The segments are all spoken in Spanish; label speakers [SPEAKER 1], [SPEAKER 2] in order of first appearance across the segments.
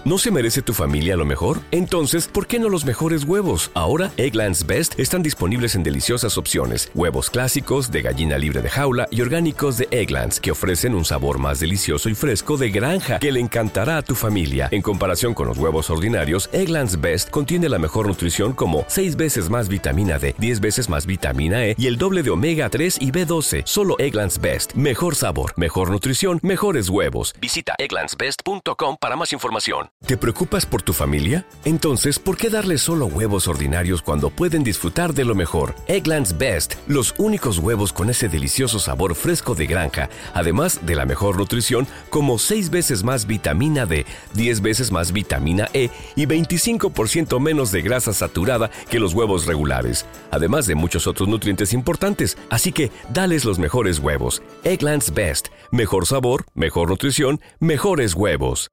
[SPEAKER 1] ¿No se merece tu familia lo mejor? Entonces, ¿por qué no los mejores huevos? Ahora, Eggland's Best están disponibles en deliciosas opciones. Huevos clásicos, de gallina libre de jaula y orgánicos de Eggland's, que ofrecen un sabor más delicioso y fresco de granja que le encantará a tu familia. En comparación con los huevos ordinarios, Eggland's Best contiene la mejor nutrición como 6 veces más vitamina D, 10 veces más vitamina E y el doble de omega 3 y B12. Solo Eggland's Best. Mejor sabor, mejor nutrición, mejores huevos. Visita egglandsbest.com para más información. ¿Te preocupas por tu familia? Entonces, ¿por qué darles solo huevos ordinarios cuando pueden disfrutar de lo mejor? Eggland's Best, los únicos huevos con ese delicioso sabor fresco de granja, además de la mejor nutrición como 6 veces más vitamina D, 10 veces más vitamina E y 25% menos de grasa saturada que los huevos regulares, además de muchos otros nutrientes importantes. Así que, dales los mejores huevos. Eggland's Best, mejor sabor, mejor nutrición, mejores huevos.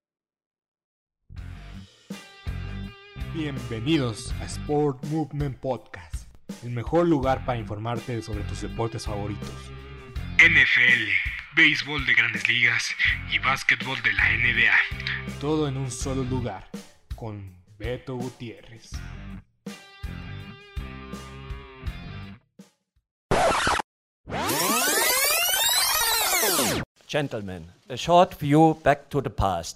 [SPEAKER 2] Bienvenidos a Sport Movement Podcast, el mejor lugar para informarte sobre tus deportes favoritos. NFL, béisbol de grandes ligas y básquetbol de la NBA. Todo en un solo lugar, con Beto Gutiérrez.
[SPEAKER 3] Gentlemen, a short view back to the past.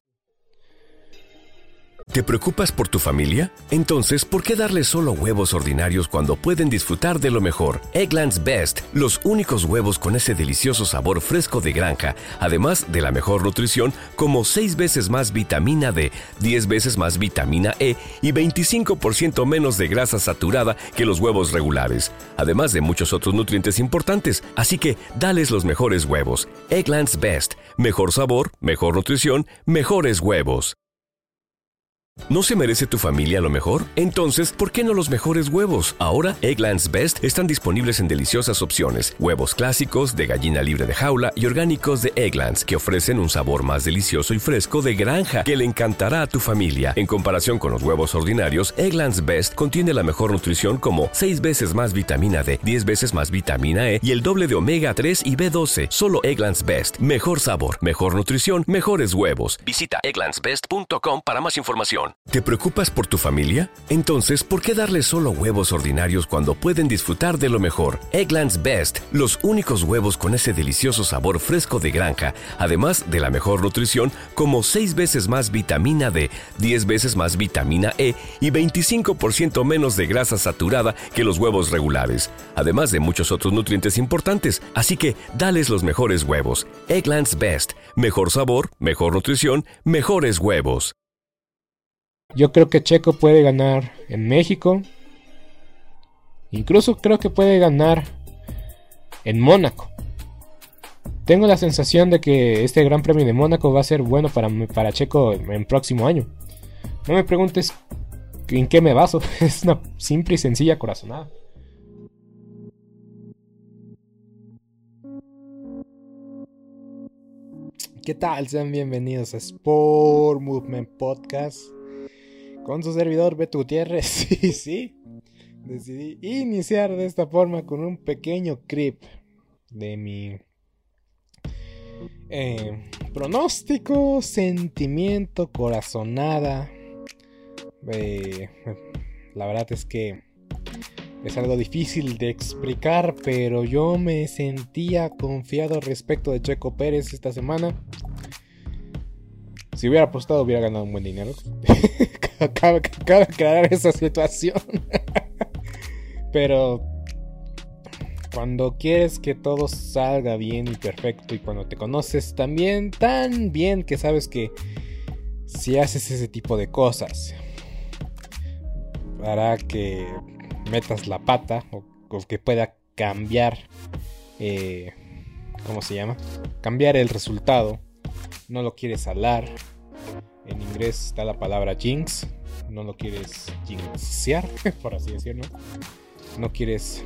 [SPEAKER 1] ¿Te preocupas por tu familia? Entonces, ¿por qué darles solo huevos ordinarios cuando pueden disfrutar de lo mejor? Eggland's Best, los únicos huevos con ese delicioso sabor fresco de granja, además de la mejor nutrición como 6 veces más vitamina D, 10 veces más vitamina E y 25% menos de grasa saturada que los huevos regulares, además de muchos otros nutrientes importantes. Así que, dales los mejores huevos. Eggland's Best, mejor sabor, mejor nutrición, mejores huevos. ¿No se merece tu familia lo mejor? Entonces, ¿por qué no los mejores huevos? Ahora, Eggland's Best están disponibles en deliciosas opciones. Huevos clásicos, de gallina libre de jaula y orgánicos de Eggland's, que ofrecen un sabor más delicioso y fresco de granja que le encantará a tu familia. En comparación con los huevos ordinarios, Eggland's Best contiene la mejor nutrición como 6 veces más vitamina D, 10 veces más vitamina E y el doble de omega 3 y B12. Solo Eggland's Best. Mejor sabor, mejor nutrición, mejores huevos. Visita egglandsbest.com para más información. ¿Te preocupas por tu familia? Entonces, ¿por qué darles solo huevos ordinarios cuando pueden disfrutar de lo mejor? Eggland's Best, los únicos huevos con ese delicioso sabor fresco de granja, además de la mejor nutrición como 6 veces más vitamina D, 10 veces más vitamina E y 25% menos de grasa saturada que los huevos regulares, además de muchos otros nutrientes importantes. Así que, dales los mejores huevos. Eggland's Best, mejor sabor, mejor nutrición, mejores huevos.
[SPEAKER 2] Yo creo que Checo puede ganar en México. Incluso creo que puede ganar en Mónaco. Tengo la sensación de que este Gran Premio de Mónaco va a ser bueno para Checo en próximo año. No me preguntes en qué me baso. Es una simple y sencilla corazonada. ¿Qué tal? Sean bienvenidos a Sport Movement Podcast. Con su servidor Beto Gutiérrez. Sí. Decidí iniciar de esta forma con un pequeño clip de mi pronóstico, sentimiento, corazonada. La verdad es que es algo difícil de explicar, pero yo me sentía confiado respecto de Checo Pérez esta semana. Si hubiera apostado, hubiera ganado un buen dinero. Cabe aclarar esa situación. Pero cuando quieres que todo salga bien y perfecto, y cuando te conoces también tan bien que sabes que si haces ese tipo de cosas hará que metas la pata o que pueda cambiar ¿cómo se llama? Cambiar el resultado. No lo quieres alar. En inglés está la palabra jinx. No lo quieres jinxear, por así decirlo. No quieres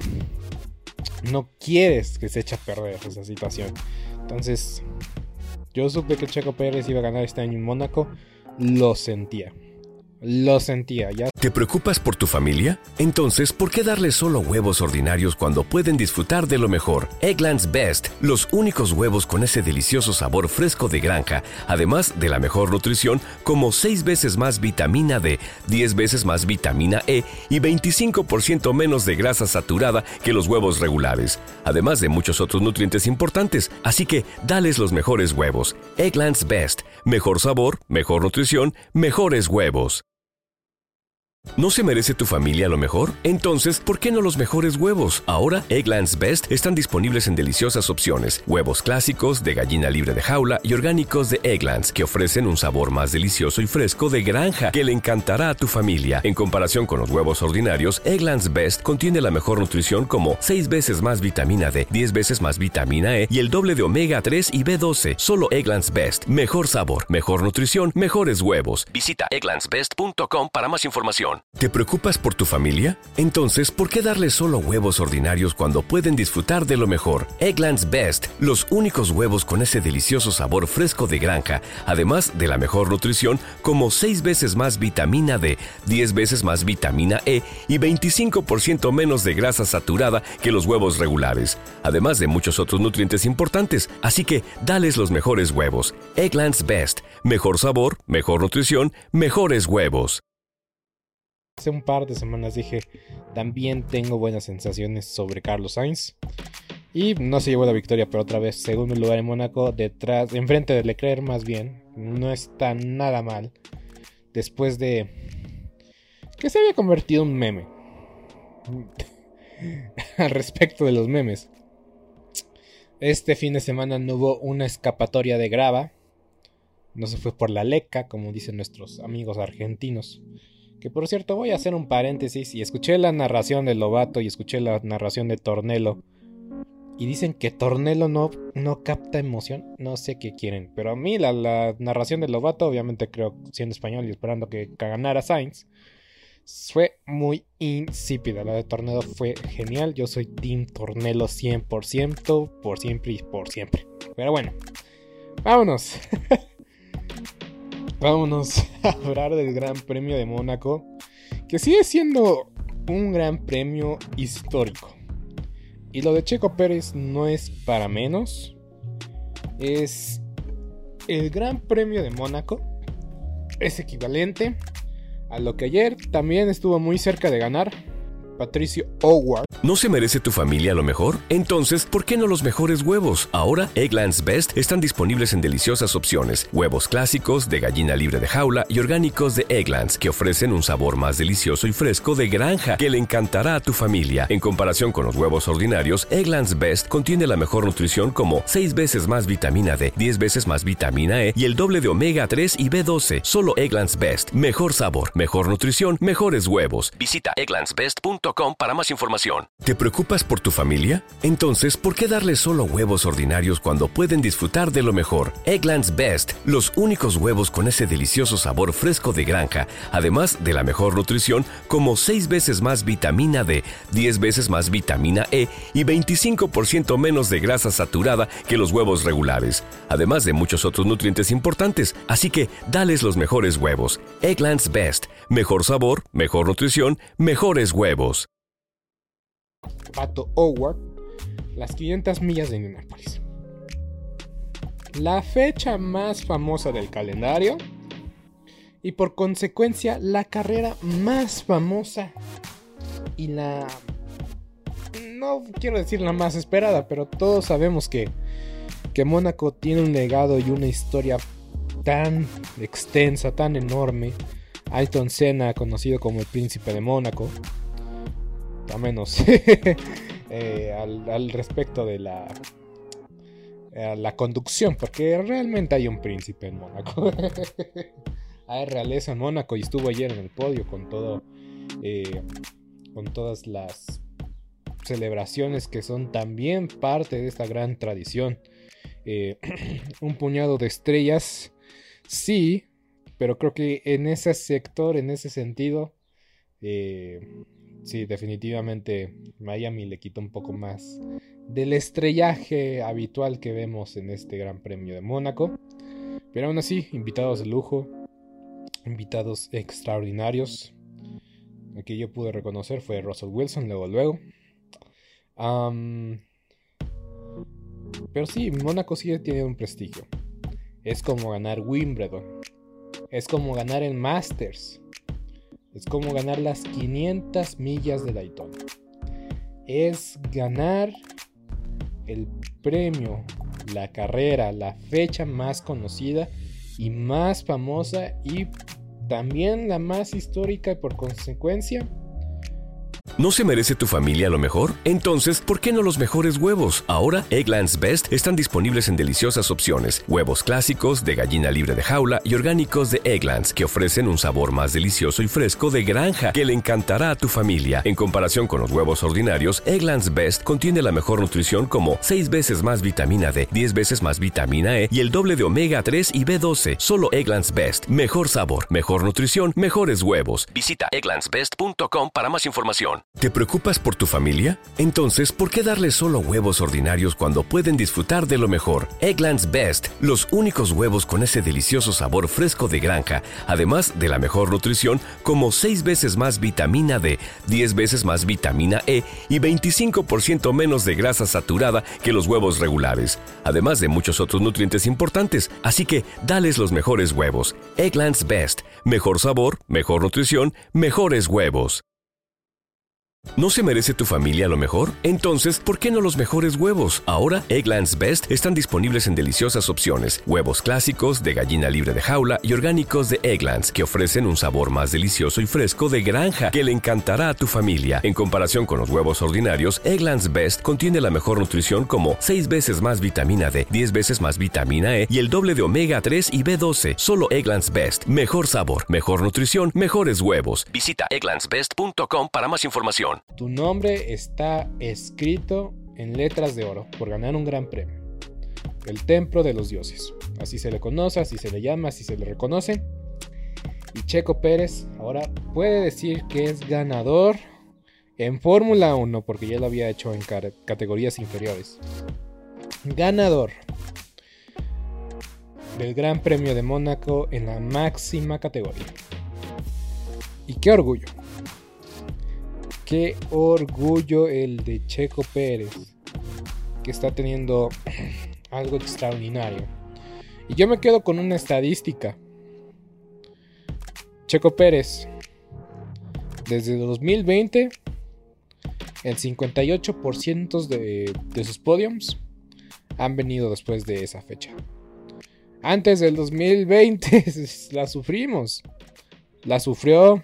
[SPEAKER 2] que se eche a perder esa situación. Entonces, yo supe que Checo Pérez iba a ganar este año en Mónaco. Lo sentía.
[SPEAKER 4] Lo sentía, ya.
[SPEAKER 1] ¿Te preocupas por tu familia? Entonces, ¿por qué darles solo huevos ordinarios cuando pueden disfrutar de lo mejor? Eggland's Best, los únicos huevos con ese delicioso sabor fresco de granja, además de la mejor nutrición, como 6 veces más vitamina D, 10 veces más vitamina E y 25% menos de grasa saturada que los huevos regulares, además de muchos otros nutrientes importantes. Así que, dales los mejores huevos. Eggland's Best, mejor sabor, mejor nutrición, mejores huevos. ¿No se merece tu familia lo mejor? Entonces, ¿por qué no los mejores huevos? Ahora, Eggland's Best están disponibles en deliciosas opciones. Huevos clásicos, de gallina libre de jaula y orgánicos de Eggland's, que ofrecen un sabor más delicioso y fresco de granja que le encantará a tu familia. En comparación con los huevos ordinarios, Eggland's Best contiene la mejor nutrición como 6 veces más vitamina D, 10 veces más vitamina E y el doble de omega 3 y B12. Solo Eggland's Best. Mejor sabor, mejor nutrición, mejores huevos. Visita egglandsbest.com para más información. ¿Te preocupas por tu familia? Entonces, ¿por qué darles solo huevos ordinarios cuando pueden disfrutar de lo mejor? Eggland's Best, los únicos huevos con ese delicioso sabor fresco de granja, además de la mejor nutrición, como 6 veces más vitamina D, 10 veces más vitamina E y 25% menos de grasa saturada que los huevos regulares, además de muchos otros nutrientes importantes. Así que, dales los mejores huevos. Eggland's Best, mejor sabor, mejor nutrición, mejores huevos.
[SPEAKER 4] Hace un par de semanas dije, también tengo buenas sensaciones sobre Carlos Sainz. Y no se llevó la victoria, pero otra vez, segundo lugar en Mónaco, detrás, enfrente de Leclerc más bien. No está nada mal. Después de que se había convertido en un meme. Al respecto de los memes. Este fin de semana no hubo una escapatoria de grava. No se fue por la leca, como dicen nuestros amigos argentinos. Que por cierto, voy a hacer un paréntesis. Y escuché la narración de Lobato y escuché la narración de Tornello. Y dicen que Tornello no capta emoción. No sé qué quieren. Pero a mí la narración de Lobato, obviamente creo, siendo español y esperando que ganara Sainz, fue muy insípida. La de Tornello fue genial. Yo soy Team Tornello 100%, por siempre y por siempre. Pero bueno, vámonos. Vámonos a hablar del Gran Premio de Mónaco, que sigue siendo un gran premio histórico. Y lo de Checo Pérez no es para menos. Es el Gran Premio de Mónaco. Es equivalente a lo que ayer también estuvo muy cerca de ganar Patricio O'Ward.
[SPEAKER 1] ¿No se merece tu familia lo mejor? Entonces, ¿por qué no los mejores huevos? Ahora, Eggland's Best están disponibles en deliciosas opciones. Huevos clásicos, de gallina libre de jaula y orgánicos de Eggland's, que ofrecen un sabor más delicioso y fresco de granja que le encantará a tu familia. En comparación con los huevos ordinarios, Eggland's Best contiene la mejor nutrición como 6 veces más vitamina D, 10 veces más vitamina E y el doble de omega 3 y B12. Solo Eggland's Best. Mejor sabor, mejor nutrición, mejores huevos. Visita egglandsbest.com para más información. ¿Te preocupas por tu familia? Entonces, ¿por qué darles solo huevos ordinarios cuando pueden disfrutar de lo mejor? Eggland's Best, los únicos huevos con ese delicioso sabor fresco de granja, además de la mejor nutrición, como 6 veces más vitamina D, 10 veces más vitamina E y 25% menos de grasa saturada que los huevos regulares, además de muchos otros nutrientes importantes. Así que, dales los mejores huevos. Eggland's Best, mejor sabor, mejor nutrición, mejores huevos.
[SPEAKER 4] Pato O'Ward, las 500 millas de Indianápolis. La fecha más famosa del calendario y por consecuencia la carrera más famosa y no quiero decir la más esperada, pero todos sabemos que Mónaco tiene un legado y una historia tan extensa, tan enorme. Ayrton Senna, conocido como el Príncipe de Mónaco, a menos al respecto de la conducción, porque realmente hay un príncipe en Mónaco. Hay realeza en Mónaco y estuvo ayer en el podio con todas las celebraciones que son también parte de esta gran tradición. Un puñado de estrellas, sí, pero creo que en ese sector, en ese sentido, sí, definitivamente Miami le quita un poco más del estrellaje habitual que vemos en este Gran Premio de Mónaco. Pero aún así, invitados de lujo. invitados extraordinarios. El que yo pude reconocer fue Russell Wilson, luego. Pero sí, Mónaco sigue teniendo un prestigio. Es como ganar Wimbledon. Es como ganar el Masters. Es como ganar las 500 millas de Daytona. Es ganar el premio, la carrera, la fecha más conocida y más famosa y también la más histórica y por consecuencia.
[SPEAKER 1] ¿No se merece tu familia lo mejor? Entonces, ¿por qué no los mejores huevos? Ahora, Eggland's Best están disponibles en deliciosas opciones. Huevos clásicos, de gallina libre de jaula y orgánicos de Eggland's, que ofrecen un sabor más delicioso y fresco de granja que le encantará a tu familia. En comparación con los huevos ordinarios, Eggland's Best contiene la mejor nutrición como 6 veces más vitamina D, 10 veces más vitamina E y el doble de omega 3 y B12. Solo Eggland's Best. Mejor sabor, mejor nutrición, mejores huevos. Visita egglandsbest.com para más información. ¿Te preocupas por tu familia? Entonces, ¿por qué darles solo huevos ordinarios cuando pueden disfrutar de lo mejor? Eggland's Best, los únicos huevos con ese delicioso sabor fresco de granja, además de la mejor nutrición como 6 veces más vitamina D, 10 veces más vitamina E y 25% menos de grasa saturada que los huevos regulares, además de muchos otros nutrientes importantes. Así que, dales los mejores huevos. Eggland's Best, mejor sabor, mejor nutrición, mejores huevos. ¿No se merece tu familia lo mejor? Entonces, ¿por qué no los mejores huevos? Ahora, Eggland's Best están disponibles en deliciosas opciones. Huevos clásicos, de gallina libre de jaula y orgánicos de Eggland's, que ofrecen un sabor más delicioso y fresco de granja que le encantará a tu familia. En comparación con los huevos ordinarios, Eggland's Best contiene la mejor nutrición como 6 veces más vitamina D, 10 veces más vitamina E y el doble de omega 3 y B12. Solo Eggland's Best. Mejor sabor, mejor nutrición, mejores huevos. Visita egglandsbest.com para más información.
[SPEAKER 4] Tu nombre está escrito en letras de oro por ganar un gran premio. El Templo de los Dioses. Así se le conoce, así se le llama, así se le reconoce. Y Checo Pérez ahora puede decir que es ganador en Fórmula 1, porque ya lo había hecho en categorías inferiores. Ganador del Gran Premio de Mónaco en la máxima categoría. Y qué orgullo. Qué orgullo el de Checo Pérez, que está teniendo algo extraordinario. Y yo me quedo con una estadística. Checo Pérez, desde 2020, el 58% de sus podiums han venido después de esa fecha. Antes del 2020 la sufrimos. La sufrió.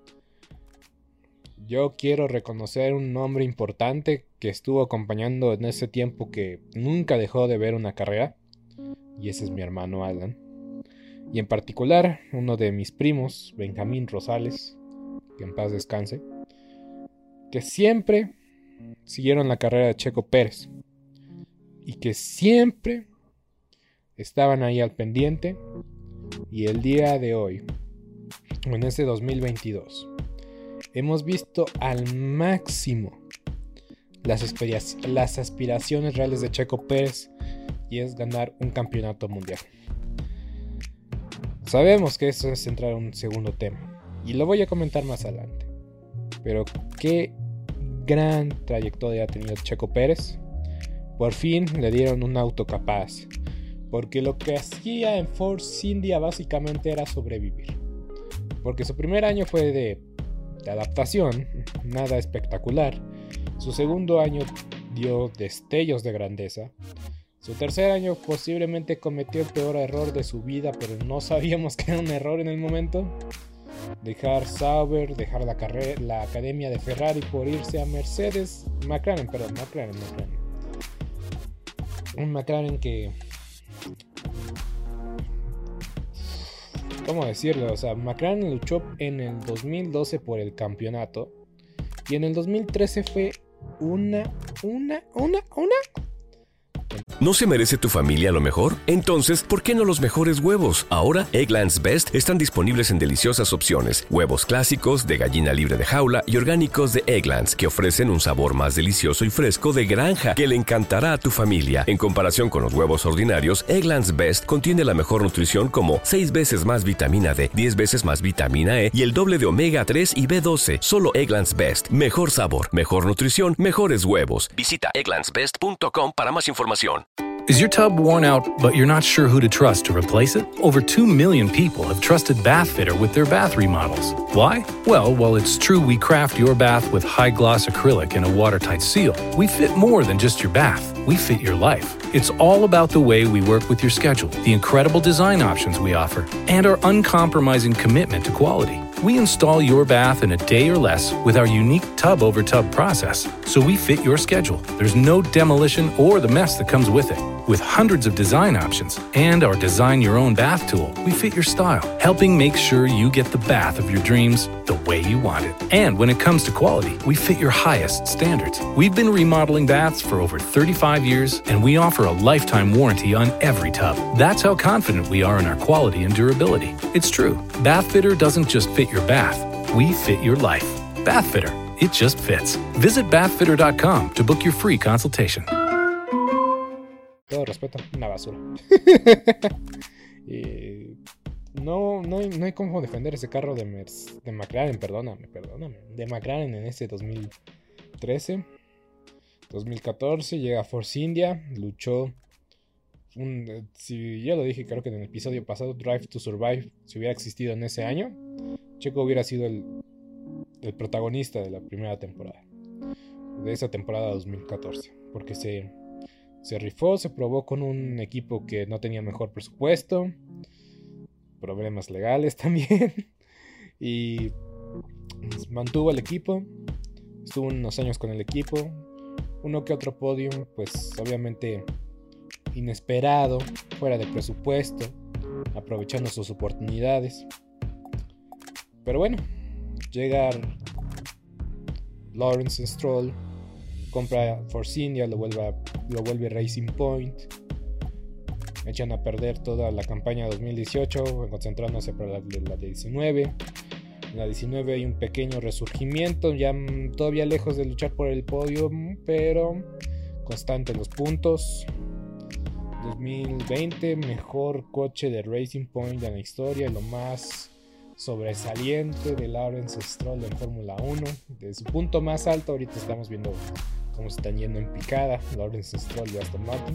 [SPEAKER 4] Yo quiero reconocer un nombre importante que estuvo acompañando en ese tiempo que nunca dejó de ver una carrera. Y ese es mi hermano Alan. Y en particular, uno de mis primos, Benjamín Rosales, que en paz descanse, que siempre siguieron la carrera de Checo Pérez. Y que siempre estaban ahí al pendiente. Y el día de hoy, en este 2022... hemos visto al máximo las aspiraciones reales de Checo Pérez, y es ganar un campeonato mundial. Sabemos que eso es entrar a un segundo tema y lo voy a comentar más adelante, pero qué gran trayectoria ha tenido Checo Pérez. Por fin le dieron un auto capaz, porque lo que hacía en Force India básicamente era sobrevivir, porque su primer año fue de adaptación, nada espectacular. Su segundo año dio destellos de grandeza. Su tercer año posiblemente cometió el peor error de su vida, pero no sabíamos que era un error en el momento. Dejar Sauber, dejar la academia de Ferrari por irse a McLaren. Un McLaren que... ¿cómo decirlo? O sea, McLaren luchó en el 2012 por el campeonato. Y en el 2013 fue una
[SPEAKER 1] ¿No se merece tu familia lo mejor? Entonces, ¿por qué no los mejores huevos? Ahora, Eggland's Best están disponibles en deliciosas opciones. Huevos clásicos, de gallina libre de jaula y orgánicos de Eggland's, que ofrecen un sabor más delicioso y fresco de granja que le encantará a tu familia. En comparación con los huevos ordinarios, Eggland's Best contiene la mejor nutrición como 6 veces más vitamina D, 10 veces más vitamina E y el doble de omega 3 y B12. Solo Eggland's Best. Mejor sabor, mejor nutrición, mejores huevos. Visita egglandsbest.com para más información.
[SPEAKER 5] Is your tub worn out, but you're not sure who to trust to replace it? Over 2 million people have trusted Bathfitter with their bath remodels. Why? Well, while it's true we craft your bath with high-gloss acrylic and a watertight seal, we fit more than just your bath. We fit your life. It's all about the way we work with your schedule, the incredible design options we offer, and our uncompromising commitment to quality. We install your bath in a day or less with our unique tub-over-tub process, so we fit your schedule. There's no demolition or the mess that comes with it. With hundreds of design options and our Design Your Own Bath tool, we fit your style, helping make sure you get the bath of your dreams the way you want it. And when it comes to quality, we fit your highest standards. We've been remodeling baths for over 35 years, and we offer a lifetime warranty on every tub. That's how confident we are in our quality and durability. It's true. Bathfitter doesn't just fit your bath. We fit your life. Bathfitter. It just fits. Visit bathfitter.com to book your free consultation.
[SPEAKER 4] Todo respeto, una basura. No hay cómo defender ese carro de McLaren, perdóname. De McLaren en ese 2013. 2014 llega a Force India, luchó. Si ya lo dije, creo que en el episodio pasado, Drive to Survive, si hubiera existido en ese año, Checo hubiera sido el protagonista de la primera temporada. De esa temporada 2014. Porque se rifó, se probó con un equipo que no tenía mejor presupuesto, problemas legales también, y mantuvo el equipo, estuvo unos años con el equipo, uno que otro podium, pues obviamente inesperado, fuera de presupuesto, aprovechando sus oportunidades. Pero bueno, llega Lawrence Stroll, compra Force India, lo vuelve Racing Point. Echan a perder toda la campaña 2018, concentrándose para la 19. En la 19 hay un pequeño resurgimiento, ya todavía lejos de luchar por el podio, pero constante en los puntos. 2020, mejor coche de Racing Point en la historia, lo más sobresaliente de Lawrence Stroll en Fórmula 1. De su punto más alto, ahorita estamos viendo cómo se están yendo en picada Lawrence Stroll y Aston Martin.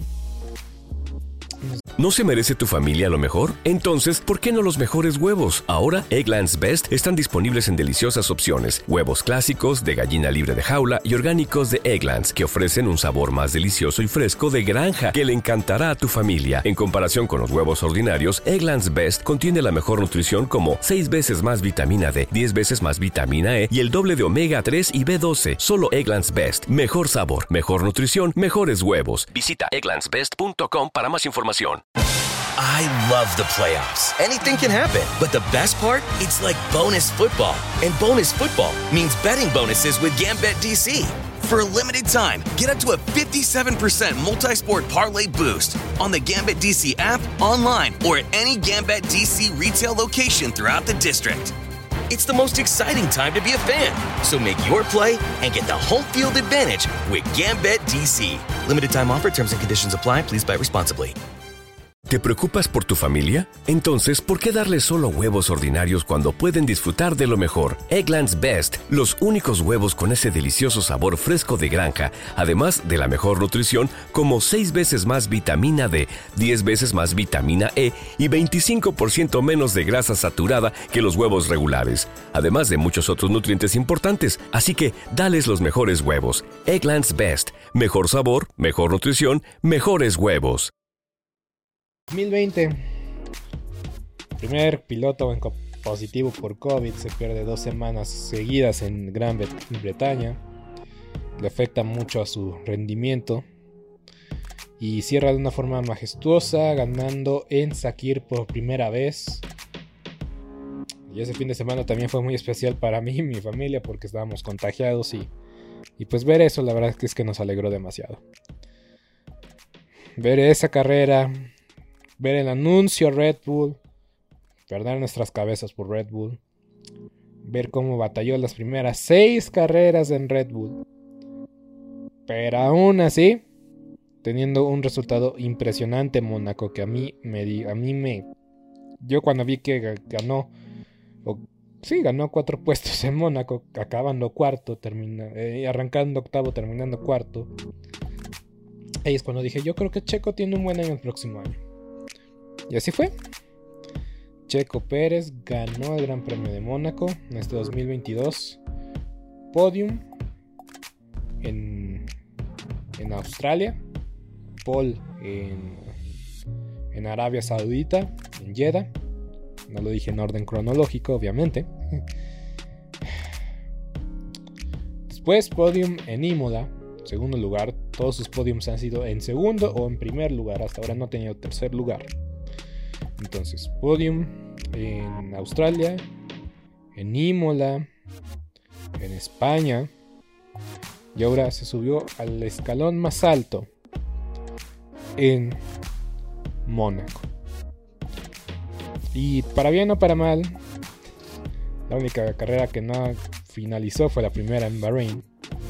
[SPEAKER 1] ¿No se merece tu familia lo mejor? Entonces, ¿por qué no los mejores huevos? Ahora, Eggland's Best están disponibles en deliciosas opciones. Huevos clásicos, de gallina libre de jaula y orgánicos de Eggland's, que ofrecen un sabor más delicioso y fresco de granja que le encantará a tu familia. En comparación con los huevos ordinarios, Eggland's Best contiene la mejor nutrición como 6 veces más vitamina D, 10 veces más vitamina E y el doble de omega 3 y B12. Solo Eggland's Best. Mejor sabor, mejor nutrición, mejores huevos. Visita egglandsbest.com para más información.
[SPEAKER 6] I love the playoffs. Anything can happen. But the best part? It's like bonus football. And bonus football means betting bonuses with Gambit DC. For a limited time, get up to a 57% multi-sport parlay boost on the Gambit DC app, online, or at any Gambit DC retail location throughout the district. It's the most exciting time to be a fan. So make your play and get the home field advantage with Gambit DC. Limited time offer, terms and conditions apply. Please buy responsibly.
[SPEAKER 1] ¿Te preocupas por tu familia? Entonces, ¿por qué darles solo huevos ordinarios cuando pueden disfrutar de lo mejor? Eggland's Best, los únicos huevos con ese delicioso sabor fresco de granja, además de la mejor nutrición, como 6 veces más vitamina D, 10 veces más vitamina E y 25% menos de grasa saturada que los huevos regulares, además de muchos otros nutrientes importantes. Así que, dales los mejores huevos. Eggland's Best, mejor sabor, mejor nutrición, mejores huevos.
[SPEAKER 4] 2020, primer piloto en positivo por COVID, se pierde 2 semanas seguidas en Gran Bretaña, le afecta mucho a su rendimiento y cierra de una forma majestuosa ganando en Sakir por primera vez. Y ese fin de semana también fue muy especial para mí y mi familia porque estábamos contagiados y pues ver eso la verdad es que nos alegró demasiado. ver esa carrera, ver el anuncio Red Bull, perder nuestras cabezas por Red Bull, ver cómo batalló las primeras 6 carreras en Red Bull, pero aún así teniendo un resultado impresionante en Mónaco, que yo cuando vi que ganó, ganó 4 puestos en Mónaco, acabando cuarto, arrancando octavo, terminando cuarto. Ahí es cuando dije, yo creo que Checo tiene un buen año el próximo año. Y así fue. Checo Pérez ganó el Gran Premio de Mónaco en este 2022. Podium en Australia. Pole en Arabia Saudita, en Jeddah. No lo dije en orden cronológico, obviamente. Después podium en Imola, segundo lugar. Todos sus podiums han sido en segundo o en primer lugar. Hasta ahora no ha tenido tercer lugar. Entonces, podium en Australia, en Imola, en España. Y ahora se subió al escalón más alto en Mónaco. Y para bien o para mal, la única carrera que no finalizó fue la primera en Bahrein.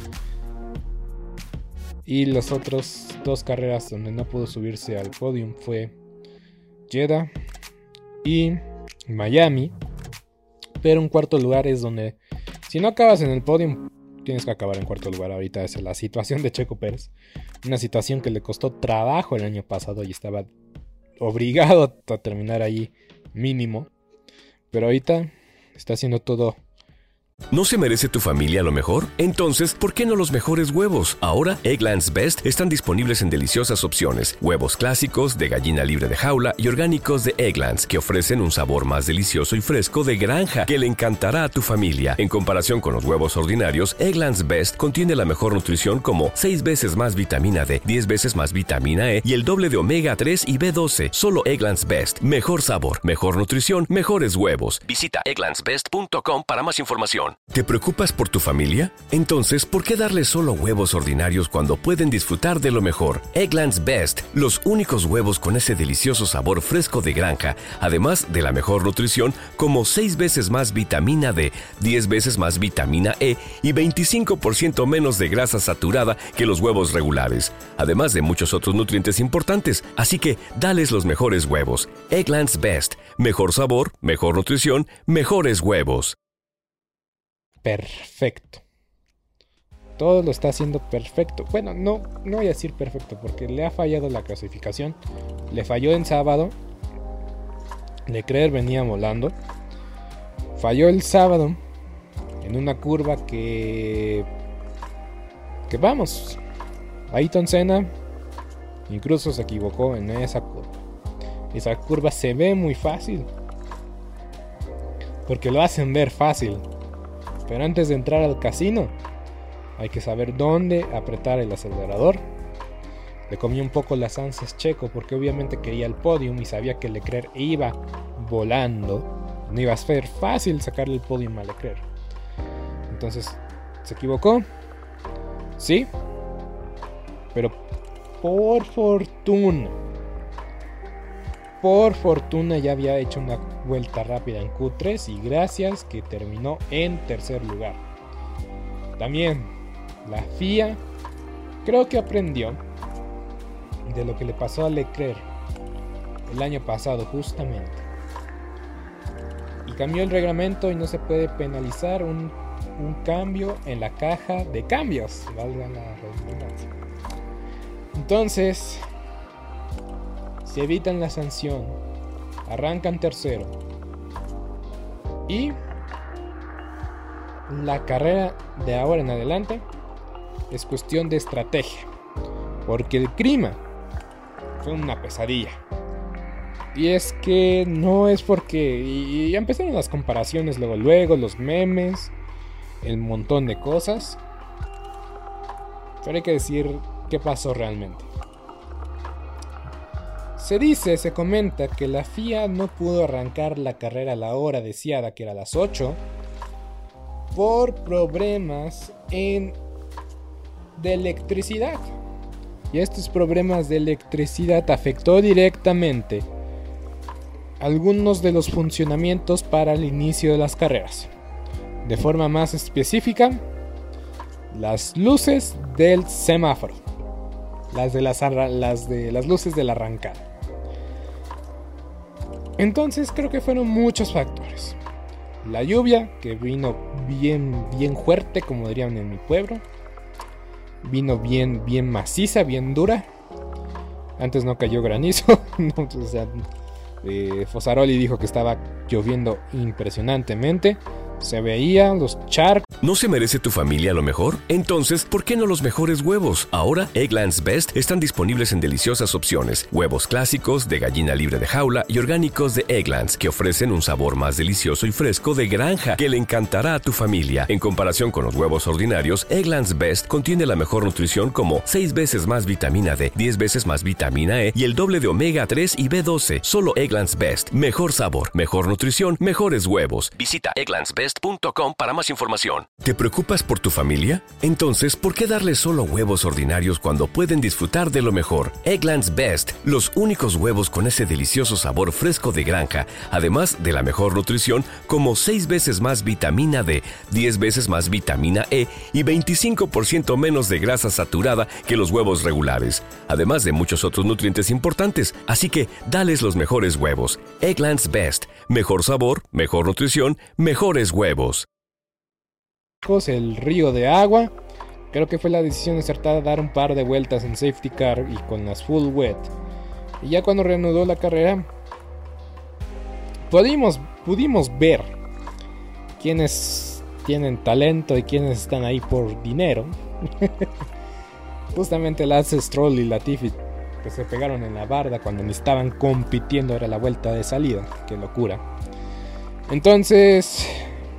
[SPEAKER 4] Y las otras 2 carreras donde no pudo subirse al podium fue Jeddah y Miami. Pero en cuarto lugar es donde, si no acabas en el podium, tienes que acabar en cuarto lugar. Ahorita es la situación de Checo Pérez. Una situación que le costó trabajo el año pasado y estaba obligado a terminar ahí mínimo. Pero ahorita está haciendo todo.
[SPEAKER 1] ¿No se merece tu familia lo mejor? Entonces, ¿por qué no los mejores huevos? Ahora, Eggland's Best están disponibles en deliciosas opciones. Huevos clásicos, de gallina libre de jaula y orgánicos de Eggland's, que ofrecen un sabor más delicioso y fresco de granja que le encantará a tu familia. En comparación con los huevos ordinarios, Eggland's Best contiene la mejor nutrición como 6 veces más vitamina D, 10 veces más vitamina E y el doble de omega 3 y B12. Solo Eggland's Best. Mejor sabor, mejor nutrición, mejores huevos. Visita egglandsbest.com para más información. ¿Te preocupas por tu familia? Entonces, ¿por qué darles solo huevos ordinarios cuando pueden disfrutar de lo mejor? Eggland's Best, los únicos huevos con ese delicioso sabor fresco de granja, además de la mejor nutrición como 6 veces más vitamina D, 10 veces más vitamina E y 25% menos de grasa saturada que los huevos regulares, además de muchos otros nutrientes importantes. Así que, dales los mejores huevos. Eggland's Best, mejor sabor, mejor nutrición, mejores huevos.
[SPEAKER 4] Perfecto. Todo lo está haciendo perfecto. Bueno, no voy a decir perfecto porque le ha fallado la clasificación. Le falló en sábado. Leclerc venía volando. Falló el sábado en una curva que vamos. Ayrton Senna incluso se equivocó en esa curva. Esa curva se ve muy fácil porque lo hacen ver fácil. Pero antes de entrar al casino, hay que saber dónde apretar el acelerador. Le comió un poco las ansias Checo porque obviamente quería el podium y sabía que Leclerc iba volando. No iba a ser fácil sacarle el podium a Leclerc. Entonces, ¿se equivocó? Sí. Pero por fortuna ya había hecho una vuelta rápida en Q3 y gracias que terminó en tercer lugar. También la FIA creo que aprendió de lo que le pasó a Leclerc el año pasado justamente. Y cambió el reglamento y no se puede penalizar un cambio en la caja de cambios, valga la redundancia. Entonces, se evitan la sanción, arrancan tercero y la carrera de ahora en adelante es cuestión de estrategia, porque el clima fue una pesadilla. Y es que no es porque... Y ya empezaron las comparaciones luego, los memes, el montón de cosas. Pero hay que decir qué pasó realmente. Se comenta que la FIA no pudo arrancar la carrera a la hora deseada, que era a las 8, por problemas de electricidad. y estos problemas de electricidad afectó directamente algunos de los funcionamientos para el inicio de las carreras. De forma más específica, las luces del semáforo, las de las luces de la arrancada. Entonces creo que fueron muchos factores. La lluvia, que vino bien fuerte, como dirían en mi pueblo. Vino bien maciza, bien dura. Antes no cayó granizo. No, o sea, Fosaroli dijo que estaba lloviendo impresionantemente. Se veían los charcos.
[SPEAKER 1] ¿No se merece tu familia lo mejor? Entonces, ¿por qué no los mejores huevos? Ahora, Eggland's Best están disponibles en deliciosas opciones. Huevos clásicos, de gallina libre de jaula y orgánicos de Eggland's, que ofrecen un sabor más delicioso y fresco de granja que le encantará a tu familia. En comparación con los huevos ordinarios, Eggland's Best contiene la mejor nutrición como 6 veces más vitamina D, 10 veces más vitamina E y el doble de omega 3 y B12. Solo Eggland's Best. Mejor sabor, mejor nutrición, mejores huevos. Visita egglandsbest.com para más información. ¿Te preocupas por tu familia? Entonces, ¿por qué darles solo huevos ordinarios cuando pueden disfrutar de lo mejor? Eggland's Best, los únicos huevos con ese delicioso sabor fresco de granja, además de la mejor nutrición como 6 veces más vitamina D, 10 veces más vitamina E y 25% menos de grasa saturada que los huevos regulares, además de muchos otros nutrientes importantes. Así que, dales los mejores huevos. Eggland's Best, mejor sabor, mejor nutrición, mejores huevos.
[SPEAKER 4] El río de agua. Creo que fue la decisión acertada dar un par de vueltas en safety car y con las full wet. Y ya cuando reanudó la carrera, pudimos ver quiénes tienen talento y quiénes están ahí por dinero. Justamente Lance Stroll y Latifi, que se pegaron en la barda cuando ni estaban compitiendo, era la vuelta de salida. Qué locura. Entonces,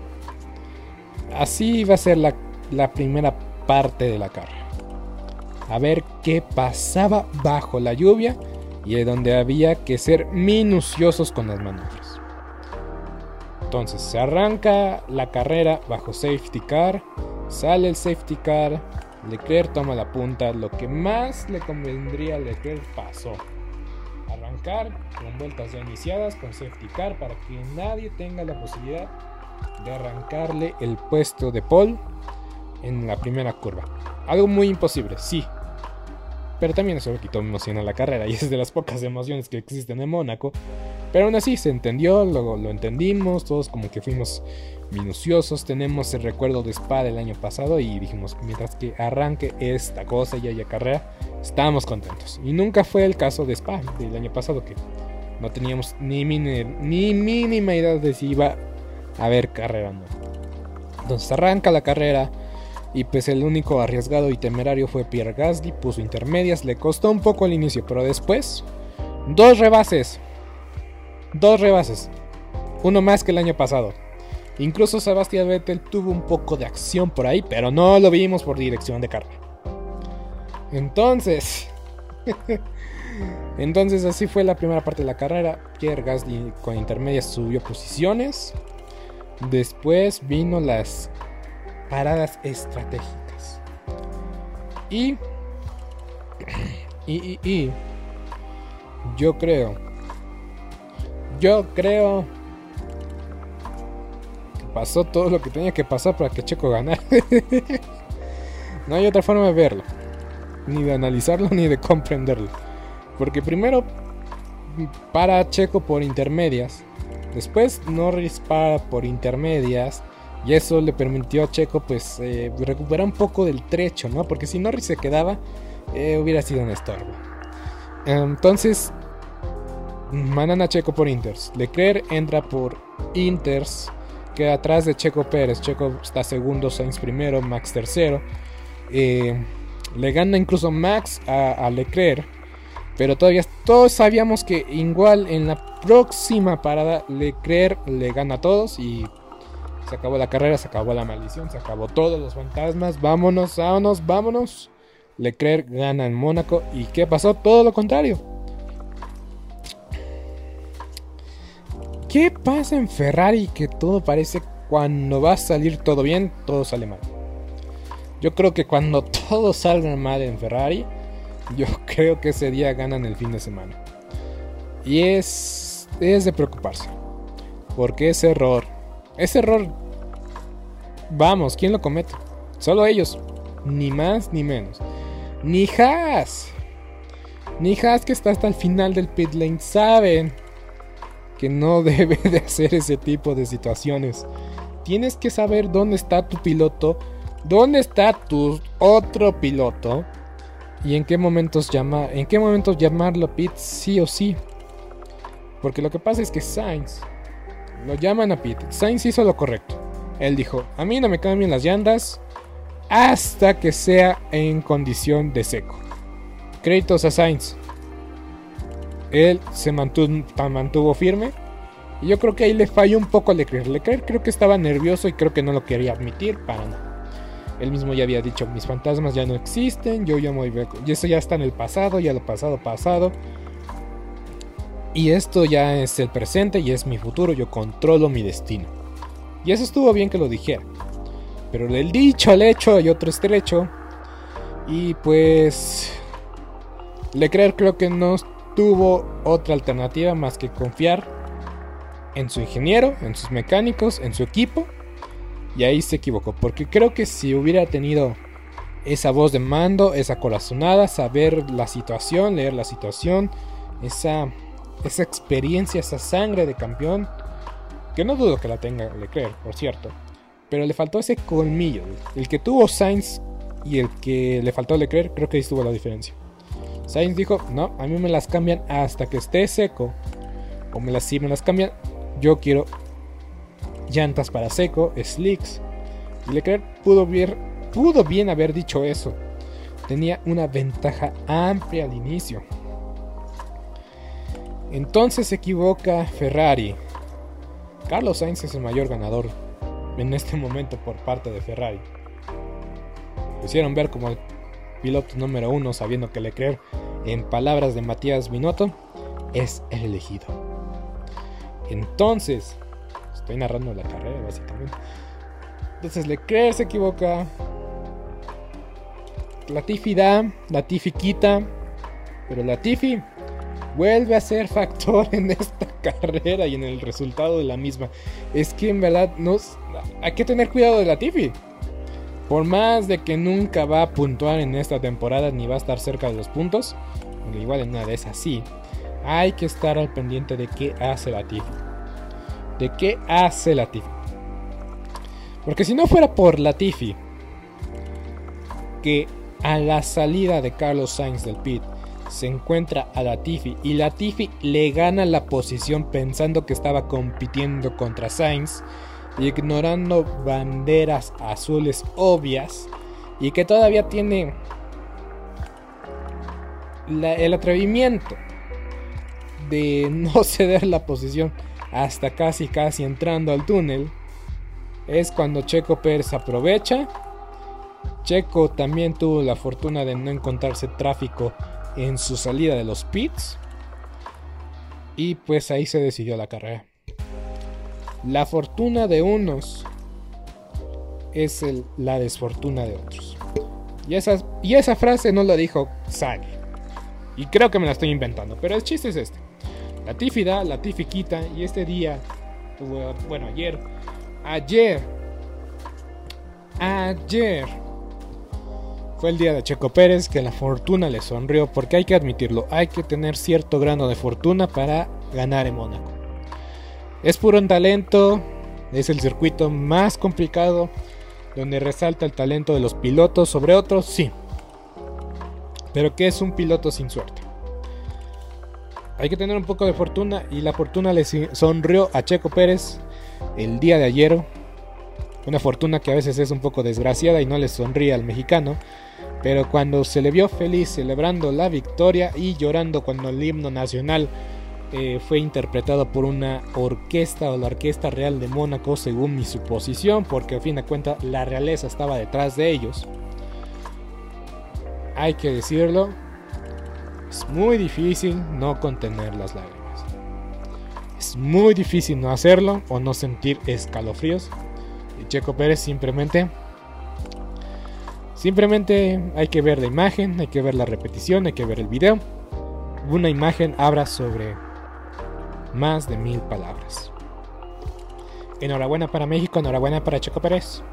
[SPEAKER 4] así va a ser la primera parte de la carrera. A ver qué pasaba bajo la lluvia y de donde había que ser minuciosos con las maniobras. Entonces se arranca la carrera bajo safety car, sale el safety car, Leclerc toma la punta. Lo que más le convendría a Leclerc pasó. Arrancar con vueltas ya iniciadas con safety car para que nadie tenga la posibilidad de arrancarle el puesto de pole en la primera curva. Algo muy imposible, sí, pero también eso le quitó emoción a la carrera y es de las pocas emociones que existen en Mónaco. Pero aún así se entendió, lo entendimos, todos como que fuimos minuciosos. Tenemos el recuerdo de Spa del año pasado y dijimos, mientras que arranque esta cosa y haya carrera, estamos contentos. Y nunca fue el caso de Spa del año pasado, que no teníamos ni mínima idea de si iba a haber carrera o no. Entonces arranca la carrera y pues el único arriesgado y temerario fue Pierre Gasly. Puso intermedias, le costó un poco al inicio, pero después dos rebases, uno más que el año pasado. Incluso Sebastian Vettel tuvo un poco de acción por ahí, pero no lo vimos por dirección de carrera. Entonces así fue la primera parte de la carrera. Pierre Gasly con intermedias subió posiciones. Después vino las paradas estratégicas. Y yo creo que pasó todo lo que tenía que pasar para que Checo ganara. No hay otra forma de verlo, ni de analizarlo, ni de comprenderlo. Porque primero para Checo por intermedias, después Norris para por intermedias, y eso le permitió a Checo pues recuperar un poco del trecho, ¿no? Porque si Norris se quedaba, hubiera sido un estorbo. Entonces mandan a Checo por inters. Leclerc entra por inters, queda atrás de Checo Pérez. Checo está segundo, Sainz primero, Max tercero. Le gana incluso Max a Leclerc, pero todavía todos sabíamos que igual en la próxima parada Leclerc le gana a todos y se acabó la carrera, se acabó la maldición, se acabó todos los fantasmas. Vámonos. Leclerc gana en Mónaco. ¿Y qué pasó? Todo lo contrario. ¿Qué pasa en Ferrari? Que todo parece, cuando va a salir todo bien, todo sale mal. Yo creo que cuando todo salga mal en Ferrari, yo creo que ese día ganan el fin de semana. Y es de preocuparse. Porque ese error, vamos, ¿quién lo comete? Solo ellos, ni más ni menos. Ni Haas, que está hasta el final del pit lane, saben que no debe de hacer ese tipo de situaciones. Tienes que saber dónde está tu piloto, dónde está tu otro piloto y en qué momentos llamarlo pit sí o sí. Porque lo que pasa es que Sainz lo llaman a pit. Sainz hizo lo correcto. Él dijo, a mí no me cambian las llantas hasta que sea en condición de seco. Créditos a Sainz. Él se mantuvo firme. Y yo creo que ahí le falló un poco a Leclerc. Leclerc creo que estaba nervioso y creo que no lo quería admitir para nada. Él mismo ya había dicho, mis fantasmas ya no existen, yo ya me voy, y eso ya está en el pasado, ya lo pasado. Y esto ya es el presente y es mi futuro, yo controlo mi destino. Y eso estuvo bien que lo dijera. Pero del dicho al hecho hay otro estrecho. Y pues Leclerc creo que no tuvo otra alternativa más que confiar en su ingeniero, en sus mecánicos, en su equipo. Y ahí se equivocó. Porque creo que si hubiera tenido esa voz de mando, esa corazonada, saber la situación, leer la situación, esa experiencia, esa sangre de campeón, que no dudo que la tenga Leclerc, por cierto, pero le faltó ese colmillo. El que tuvo Sainz y el que le faltó a Leclerc, creo que ahí estuvo la diferencia. Sainz dijo, no, a mí me las cambian hasta que esté seco, o si me las cambian, yo quiero llantas para seco, slicks. Y Leclerc pudo bien haber dicho eso. Tenía una ventaja amplia al inicio. Entonces se equivoca Ferrari. Carlos Sainz es el mayor ganador en este momento por parte de Ferrari. Lo hicieron ver como el piloto número 1, sabiendo que Leclerc, en palabras de Matías Binotto, es el elegido. Entonces, estoy narrando la carrera básicamente. Entonces Leclerc se equivoca. Latifi da, Latifi quita, pero Latifi vuelve a ser factor en esta carrera y en el resultado de la misma. Es que en verdad hay que tener cuidado de Latifi. Por más de que nunca va a puntuar en esta temporada ni va a estar cerca de los puntos, igual en una de esas sí, hay que estar al pendiente de qué hace Latifi. Porque si no fuera por Latifi, que a la salida de Carlos Sainz del pit se encuentra a Latifi y Latifi le gana la posición pensando que estaba compitiendo contra Sainz, ignorando banderas azules obvias, y que todavía tiene el atrevimiento de no ceder la posición hasta casi entrando al túnel, es cuando Checo Pérez aprovecha. Checo también tuvo la fortuna de no encontrarse tráfico en su salida de los pits, y pues ahí se decidió la carrera. La fortuna de unos es la desfortuna de otros. Y esa frase no la dijo Sally, y creo que me la estoy inventando, pero el chiste es este: Latifi da, Latifi quita. Y este día, ayer fue el día de Checo Pérez, que la fortuna le sonrió, porque hay que admitirlo, hay que tener cierto grado de fortuna para ganar en Mónaco. Es puro en talento, es el circuito más complicado, donde resalta el talento de los pilotos sobre otros, sí. Pero ¿qué es un piloto sin suerte? Hay que tener un poco de fortuna, y la fortuna le sonrió a Checo Pérez el día de ayer. Una fortuna que a veces es un poco desgraciada y no le sonríe al mexicano, pero cuando se le vio feliz celebrando la victoria y llorando cuando el himno nacional fue interpretado por una orquesta, o la Orquesta Real de Mónaco, según mi suposición, porque a fin de cuentas la realeza estaba detrás de ellos, hay que decirlo, es muy difícil no contener las lágrimas. Es muy difícil no hacerlo o no sentir escalofríos. Y Checo Pérez simplemente Simplemente hay que ver la imagen, hay que ver la repetición, hay que ver el video. Una imagen habla sobre más de 1000 palabras. Enhorabuena para México, enhorabuena para Checo Pérez.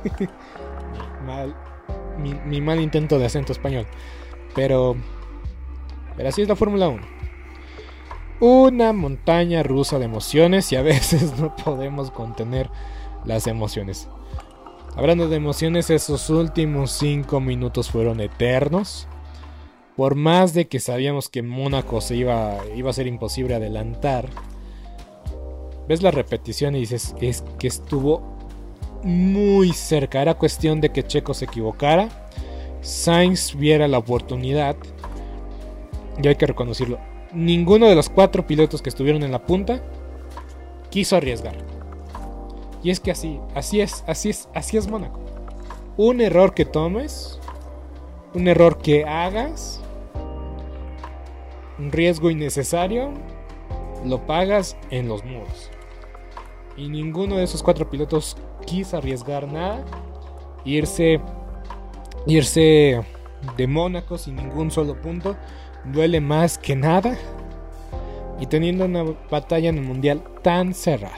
[SPEAKER 4] mi mal intento de acento español. Pero así es la Fórmula 1. Una montaña rusa de emociones y a veces no podemos contener las emociones. Hablando de emociones, esos últimos 5 minutos fueron eternos. Por más de que sabíamos que Mónaco iba a ser imposible adelantar, ves la repetición y dices es que estuvo muy cerca. Era cuestión de que Checo se equivocara, Sainz viera la oportunidad, y hay que reconocerlo, ninguno de los 4 pilotos que estuvieron en la punta quiso arriesgar. Y es que así es Mónaco. Un error que tomes, un error que hagas, un riesgo innecesario, lo pagas en los muros. Y ninguno de esos 4 pilotos quiso arriesgar nada, irse de Mónaco sin ningún solo punto duele más que nada, y teniendo una batalla en el mundial tan cerrada.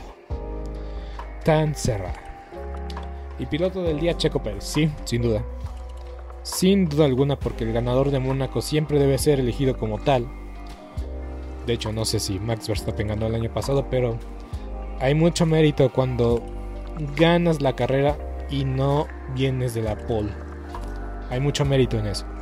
[SPEAKER 4] Y piloto del día, Checo Pérez, sí, sin duda alguna, porque el ganador de Mónaco siempre debe ser elegido como tal. De hecho, no sé si Max Verstappen ganó el año pasado, pero hay mucho mérito cuando ganas la carrera y no vienes de la pole. Hay mucho mérito en eso.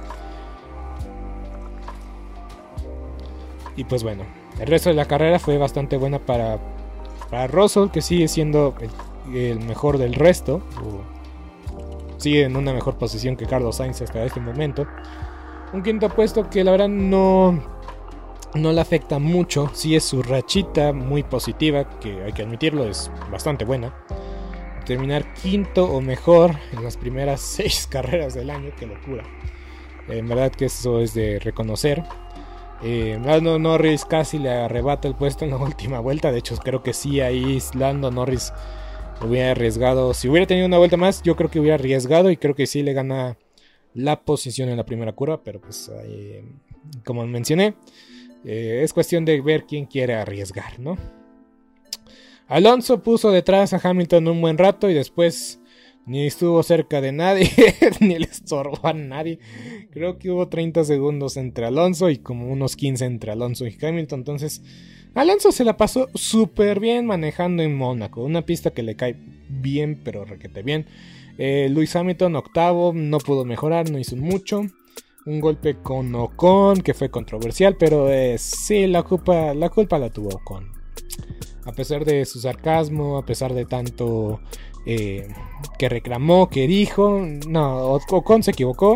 [SPEAKER 4] Y pues bueno, el resto de la carrera fue bastante buena para Russell, que sigue siendo el mejor del resto. Sigue en una mejor posición que Carlos Sainz hasta este momento. Un quinto puesto que la verdad no le afecta mucho. Sí es su rachita muy positiva, que hay que admitirlo, es bastante buena. Terminar quinto o mejor en las primeras 6 carreras del año, qué locura. En verdad que eso es de reconocer. Lando Norris casi le arrebata el puesto en la última vuelta. De hecho, creo que sí, ahí Lando Norris hubiera arriesgado. Si hubiera tenido una vuelta más, yo creo que hubiera arriesgado, y creo que sí le gana la posición en la primera curva. Pero pues, como mencioné, es cuestión de ver quién quiere arriesgar, ¿no? Alonso puso detrás a Hamilton un buen rato y después ni estuvo cerca de nadie, ni le estorbó a nadie. Creo que hubo 30 segundos entre Alonso y como unos 15 entre Alonso y Hamilton. Entonces, Alonso se la pasó súper bien manejando en Mónaco. Una pista que le cae bien, pero requete bien. Lewis Hamilton, octavo, no pudo mejorar, no hizo mucho. Un golpe con Ocon, que fue controversial, pero sí, la culpa la tuvo Ocon. A pesar de su sarcasmo, a pesar de tanto que reclamó, que dijo, no, Ocon se equivocó.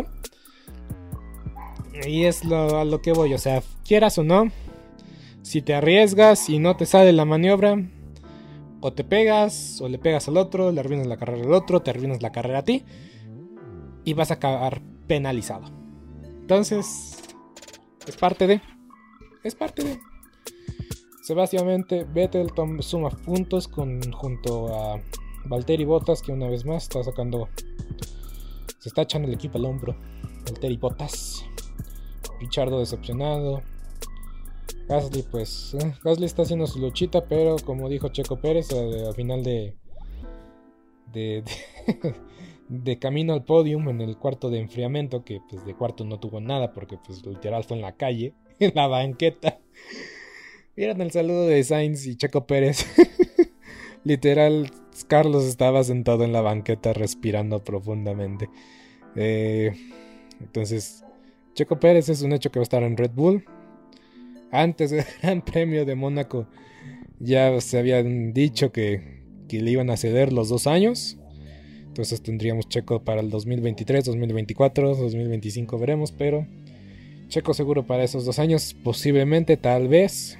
[SPEAKER 4] Y es a lo que voy, o sea, quieras o no, si te arriesgas y no te sale la maniobra, o te pegas, o le pegas al otro, le arruinas la carrera al otro, te arruinas la carrera a ti, y vas a acabar penalizado. Entonces, es parte de. Sebastián Vettel suma puntos junto a Valtteri Bottas, que una vez más se está echando el equipo al hombro. Valtteri Bottas. Ricciardo decepcionado. Gasly, pues Gasly está haciendo su luchita, pero como dijo Checo Pérez al final de camino al podium, en el cuarto de enfriamiento, que pues de cuarto no tuvo nada porque pues literal fue en la calle, en la banqueta. Vieron el saludo de Sainz y Checo Pérez. Literal, Carlos estaba sentado en la banqueta respirando profundamente. Entonces, Checo Pérez es un hecho que va a estar en Red Bull. Antes del Gran Premio de Mónaco ya se habían dicho que le iban a ceder los 2 años. Entonces tendríamos Checo para el 2023, 2024, 2025 veremos, pero Checo seguro para esos 2 años, posiblemente, tal vez.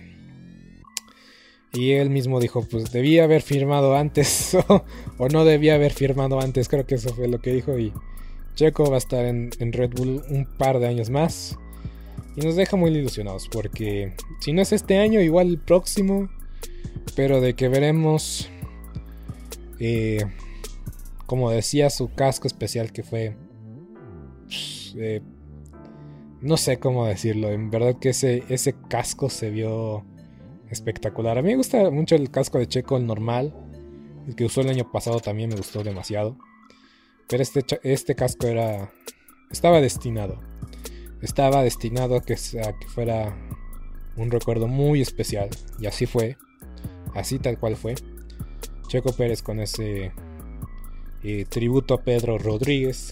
[SPEAKER 4] Y él mismo dijo, pues debía haber firmado antes o no debía haber firmado antes, creo que eso fue lo que dijo. Y Checo va a estar en Red Bull un par de años más y nos deja muy ilusionados, porque si no es este año, igual el próximo, pero de que veremos, como decía, su casco especial, que fue no sé cómo decirlo. En verdad que ese casco se vio espectacular. A mí me gusta mucho el casco de Checo, el normal. El que usó el año pasado también me gustó demasiado. Pero este casco estaba destinado. Estaba destinado a que fuera un recuerdo muy especial. Y así fue. Así tal cual fue. Checo Pérez con ese tributo a Pedro Rodríguez,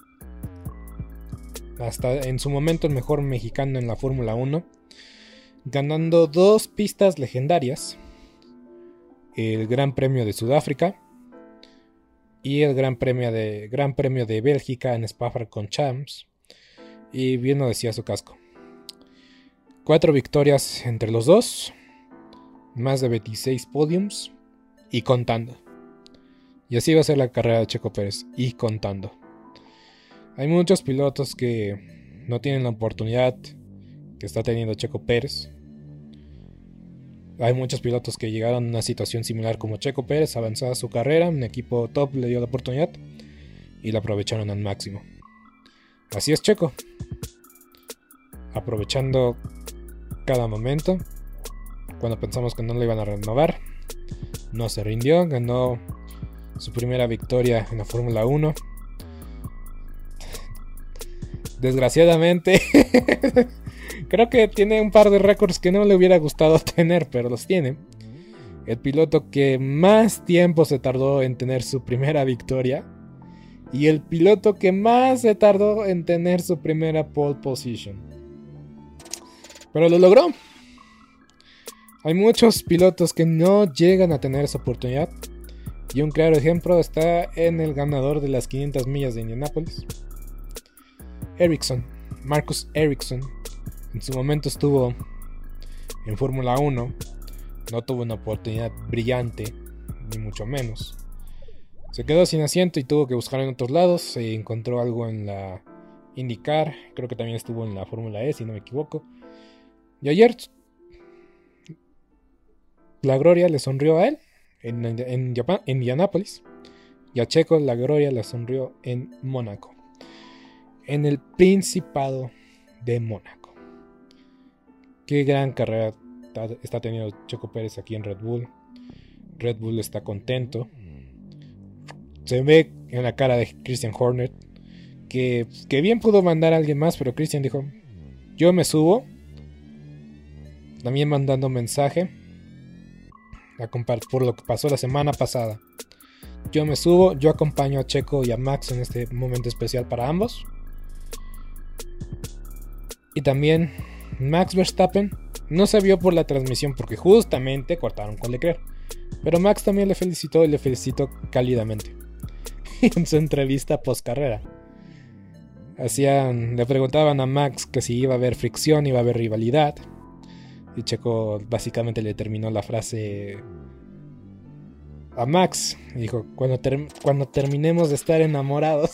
[SPEAKER 4] hasta en su momento el mejor mexicano en la Fórmula 1, ganando 2 pistas legendarias, el Gran Premio de Sudáfrica y el Gran Premio de Bélgica en Spa-Francorchamps, y bien lo decía su casco. 4 victorias entre los dos, más de 26 podiums y contando. Y así va a ser la carrera de Checo Pérez, y contando. Hay muchos pilotos que no tienen la oportunidad que está teniendo Checo Pérez. Hay muchos pilotos que llegaron a una situación similar como Checo Pérez, avanzada su carrera, un equipo top le dio la oportunidad y la aprovecharon al máximo. Así es Checo, aprovechando cada momento. Cuando pensamos que no le iban a renovar, no se rindió, ganó su primera victoria en la Fórmula 1. Desgraciadamente creo que tiene un par de récords que no le hubiera gustado tener, pero los tiene. El piloto que más tiempo se tardó en tener su primera victoria y el piloto que más se tardó en tener su primera pole position. Pero lo logró. Hay muchos pilotos que no llegan a tener esa oportunidad. Y un claro ejemplo está en el ganador de las 500 millas de Indianápolis, Marcus Ericsson. En su momento estuvo en Fórmula 1, no tuvo una oportunidad brillante, ni mucho menos. Se quedó sin asiento y tuvo que buscar en otros lados. Se encontró algo en la IndyCar, creo que también estuvo en la Fórmula E, si no me equivoco. Y ayer la gloria le sonrió a él en Indianápolis, y a Checo la gloria le sonrió en Mónaco, en el Principado de Mónaco. Qué gran carrera está teniendo Checo Pérez aquí en Red Bull. Red Bull está contento. Se ve en la cara de Christian Horner que bien pudo mandar a alguien más, pero Christian dijo: yo me subo. También mandando mensaje por lo que pasó la semana pasada. Yo me subo, yo acompaño a Checo y a Max en este momento especial para ambos. Y también Max Verstappen no se vio por la transmisión porque justamente cortaron con Leclerc, pero Max también le felicitó, y le felicitó cálidamente en su entrevista post carrera. Le preguntaban a Max que si iba a haber fricción, iba a haber rivalidad, y Checo básicamente le terminó la frase a Max y dijo: cuando terminemos de estar enamorados.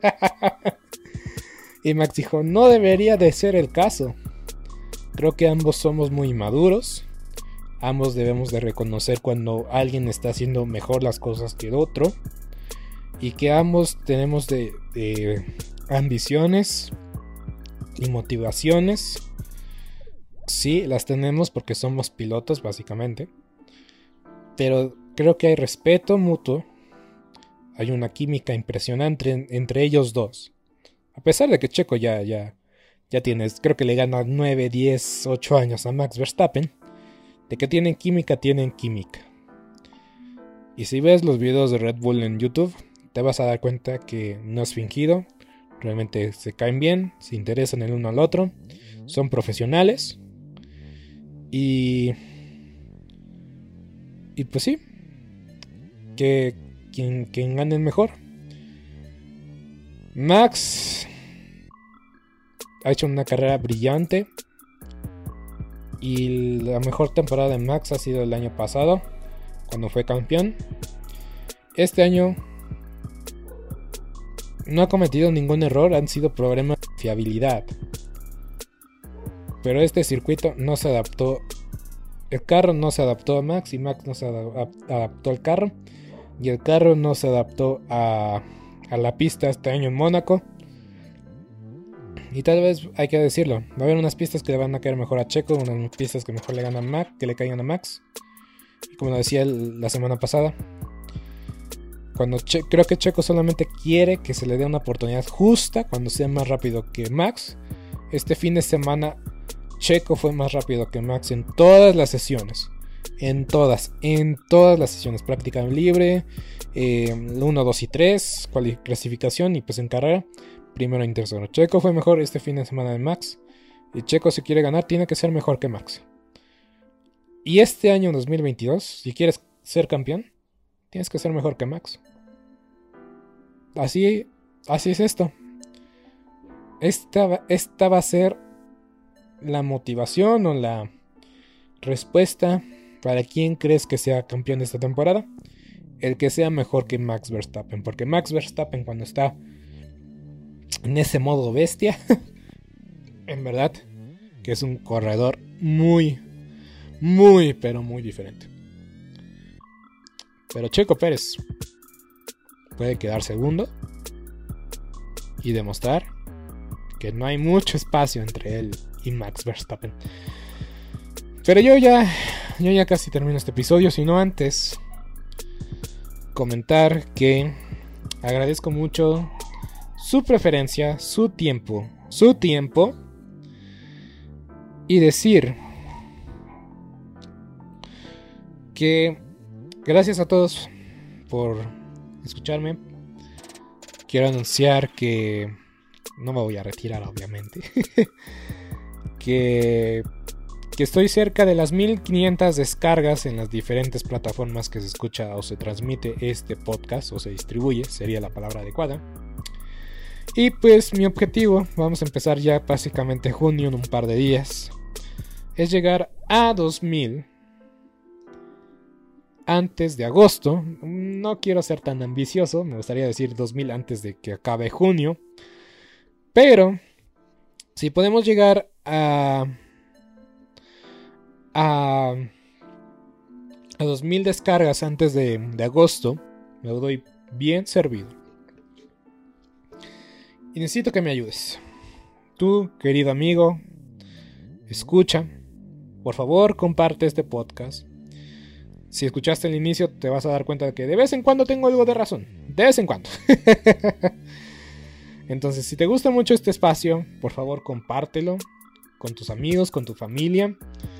[SPEAKER 4] Y Max dijo: no debería de ser el caso. Creo que ambos somos muy maduros. Ambos debemos de reconocer cuando alguien está haciendo mejor las cosas que el otro. Y que ambos tenemos de ambiciones y motivaciones. Sí, las tenemos porque somos pilotos básicamente. Pero creo que hay respeto mutuo. Hay una química impresionante entre ellos dos. A pesar de que Checo ya tiene, creo que le gana 9, 10, 8 años a Max Verstappen. De que tienen química, tienen química. Y si ves los videos de Red Bull en YouTube, te vas a dar cuenta que no es fingido. Realmente se caen bien, se interesan el uno al otro. Son profesionales. Y pues sí, que quien gane mejor. Max ha hecho una carrera brillante y la mejor temporada de Max ha sido el año pasado, cuando fue campeón. Este año no ha cometido ningún error, han sido problemas de fiabilidad. Pero este circuito no se adaptó. El carro no se adaptó a Max y Max no se adaptó al carro. Y el carro no se adaptó a la pista este año en Mónaco. Y tal vez hay que decirlo, va a haber unas pistas que le van a caer mejor a Checo, unas pistas que mejor le ganan a Max, que le caigan a Max. Y como lo decía la semana pasada, creo que Checo solamente quiere que se le dé una oportunidad justa cuando sea más rápido que Max. Este fin de semana Checo fue más rápido que Max en todas las sesiones. En todas las sesiones, práctica libre, 1, 2 y 3, clasificación y pues en carrera, primero y tercero. Checo fue mejor este fin de semana de Max. Y Checo, si quiere ganar, tiene que ser mejor que Max. Y este año 2022, si quieres ser campeón, tienes que ser mejor que Max. Así es esto. Esta va a ser la motivación o la respuesta para quién crees que sea campeón de esta temporada. El que sea mejor que Max Verstappen. Porque Max Verstappen, cuando está en ese modo bestia, en verdad que es un corredor muy, pero muy diferente. Pero Checo Pérez puede quedar segundo y demostrar que no hay mucho espacio entre él y Max Verstappen. Pero yo ya casi termino este episodio, si no antes comentar que agradezco mucho su preferencia, su tiempo y decir que gracias a todos por escucharme. Quiero anunciar que no me voy a retirar, obviamente. que estoy cerca de las 1500 descargas en las diferentes plataformas que se escucha o se transmite este podcast o se distribuye, sería la palabra adecuada. Y pues mi objetivo, vamos a empezar ya básicamente junio en un par de días, es llegar a 2000 antes de agosto. No quiero ser tan ambicioso, me gustaría decir 2000 antes de que acabe junio. Pero si podemos llegar a 2000 descargas antes de agosto, me doy bien servido. Y necesito que me ayudes. Tú, querido amigo, escucha. Por favor, comparte este podcast. Si escuchaste el inicio, te vas a dar cuenta de que de vez en cuando tengo algo de razón. De vez en cuando. Entonces, si te gusta mucho este espacio, por favor, compártelo con tus amigos, con tu familia.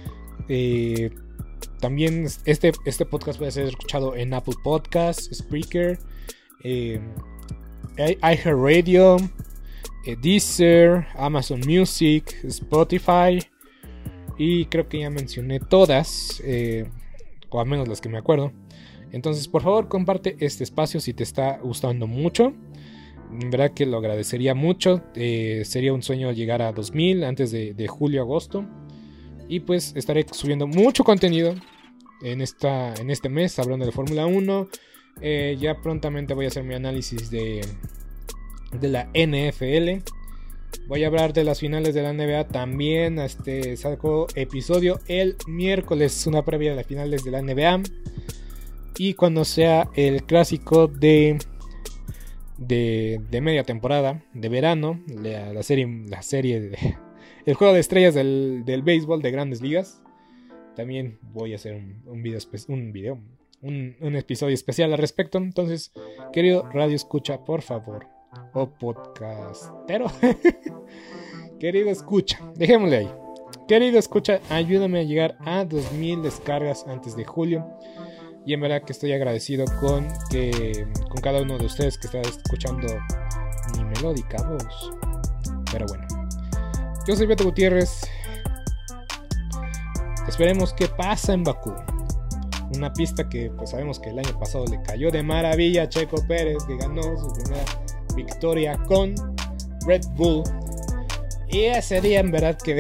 [SPEAKER 4] También este podcast puede ser escuchado en Apple Podcasts, Spreaker, iHeartRadio, Deezer, Amazon Music, Spotify. Y creo que ya mencioné todas, o al menos las que me acuerdo. Entonces, por favor, comparte este espacio si te está gustando mucho. En verdad que lo agradecería mucho. Sería un sueño llegar a 2000 antes de julio-agosto. Y pues estaré subiendo mucho contenido en este mes, hablando de Fórmula 1. Ya prontamente voy a hacer mi análisis de la NFL. Voy a hablar de las finales de la NBA también. Saco episodio el miércoles, una previa de las finales de la NBA. Y cuando sea el clásico de media temporada, de verano, la serie el juego de estrellas del béisbol de Grandes Ligas, también voy a hacer un episodio especial al respecto. Entonces, querido radio escucha, por favor, o podcastero, querido escucha, dejémosle ahí. Querido escucha, ayúdame a llegar a 2000 descargas antes de julio. Y en verdad que estoy agradecido con cada uno de ustedes que está escuchando mi melódica voz. Pero bueno, yo soy Beto Gutiérrez. Esperemos qué pasa en Bakú. Una pista que pues sabemos que el año pasado le cayó de maravilla a Checo Pérez, que ganó su primera victoria con Red Bull. Y ese día en verdad que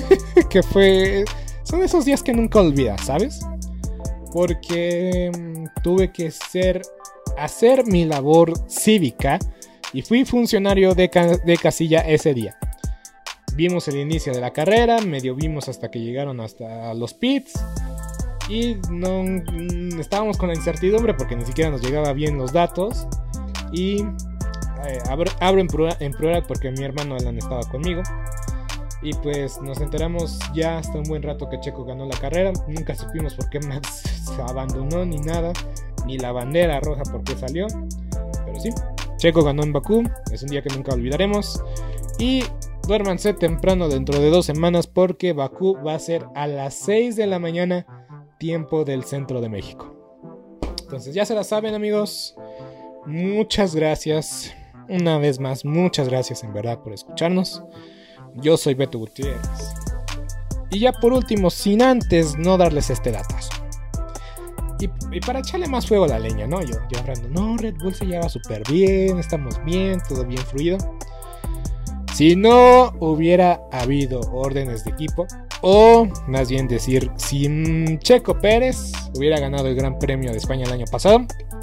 [SPEAKER 4] son esos días que nunca olvidas, ¿sabes? Porque tuve que hacer mi labor cívica y fui funcionario de casilla ese día. Vimos el inicio de la carrera, medio vimos hasta que llegaron hasta los pits y no estábamos con la incertidumbre porque ni siquiera nos llegaba bien los datos. Y abro en plural porque mi hermano Alan estaba conmigo. Y pues nos enteramos ya hasta un buen rato que Checo ganó la carrera. Nunca supimos por qué Max se abandonó ni nada, ni la bandera roja por qué salió. Pero sí, Checo ganó en Bakú, es un día que nunca olvidaremos. Y duérmanse temprano dentro de 2 semanas porque Bakú va a ser a las 6 de la mañana, tiempo del centro de México. Entonces ya se la saben, amigos. Muchas gracias. Una vez más, muchas gracias en verdad por escucharnos. Yo soy Beto Gutiérrez. Y ya por último, sin antes no darles este datazo. Y para echarle más fuego a la leña, ¿no? Yo hablando, no, Red Bull se lleva súper bien, estamos bien, todo bien fluido. Si no hubiera habido órdenes de equipo, o más bien decir, si Checo Pérez hubiera ganado el Gran Premio de España el año pasado,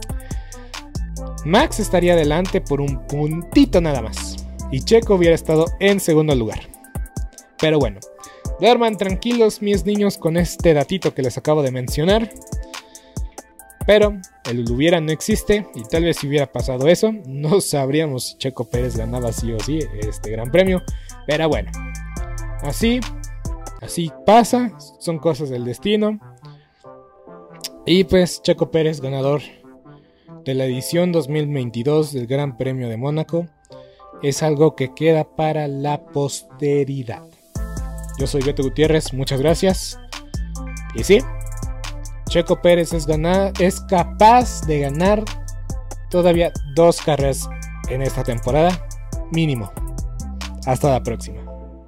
[SPEAKER 4] Max estaría adelante por un puntito nada más. Y Checo hubiera estado en segundo lugar. Pero bueno, duerman tranquilos mis niños con este datito que les acabo de mencionar. Pero el hubiera no existe. Y tal vez si hubiera pasado eso, no sabríamos si Checo Pérez ganaba sí o sí este Gran Premio. Pero bueno, así pasa. Son cosas del destino. Y pues Checo Pérez, ganador de la edición 2022 del Gran Premio de Mónaco, es algo que queda para la posteridad. Yo soy Beto Gutiérrez, muchas gracias. Y sí, Checo Pérez es capaz de ganar todavía 2 carreras en esta temporada, mínimo. Hasta la próxima.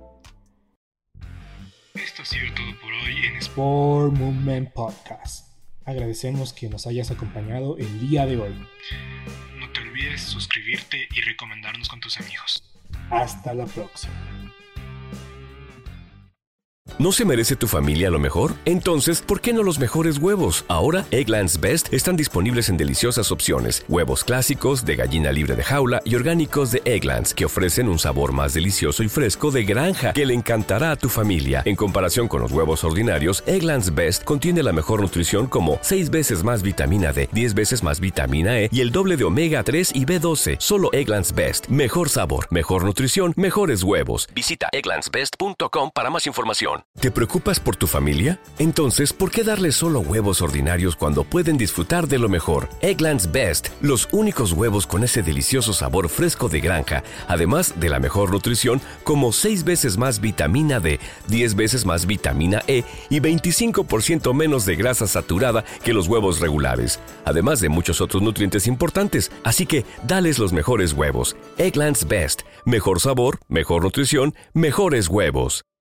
[SPEAKER 2] Esto ha sido todo por hoy en Sport Movement Podcast. Agradecemos que nos hayas acompañado el día de hoy. No te olvides suscribirte y recomendarnos con tus amigos. Hasta la próxima.
[SPEAKER 1] ¿No se merece tu familia lo mejor? Entonces, ¿por qué no los mejores huevos? Ahora, Eggland's Best están disponibles en deliciosas opciones. Huevos clásicos, de gallina libre de jaula y orgánicos de Eggland's, que ofrecen un sabor más delicioso y fresco de granja que le encantará a tu familia. En comparación con los huevos ordinarios, Eggland's Best contiene la mejor nutrición como 6 veces más vitamina D, 10 veces más vitamina E y el doble de omega 3 y B12. Solo Eggland's Best. Mejor sabor, mejor nutrición, mejores huevos. Visita egglandsbest.com para más información. ¿Te preocupas por tu familia? Entonces, ¿por qué darles solo huevos ordinarios cuando pueden disfrutar de lo mejor? Eggland's Best, los únicos huevos con ese delicioso sabor fresco de granja, además de la mejor nutrición como 6 veces más vitamina D, 10 veces más vitamina E y 25% menos de grasa saturada que los huevos regulares, además de muchos otros nutrientes importantes. Así que, dales los mejores huevos. Eggland's Best, mejor sabor, mejor nutrición, mejores huevos.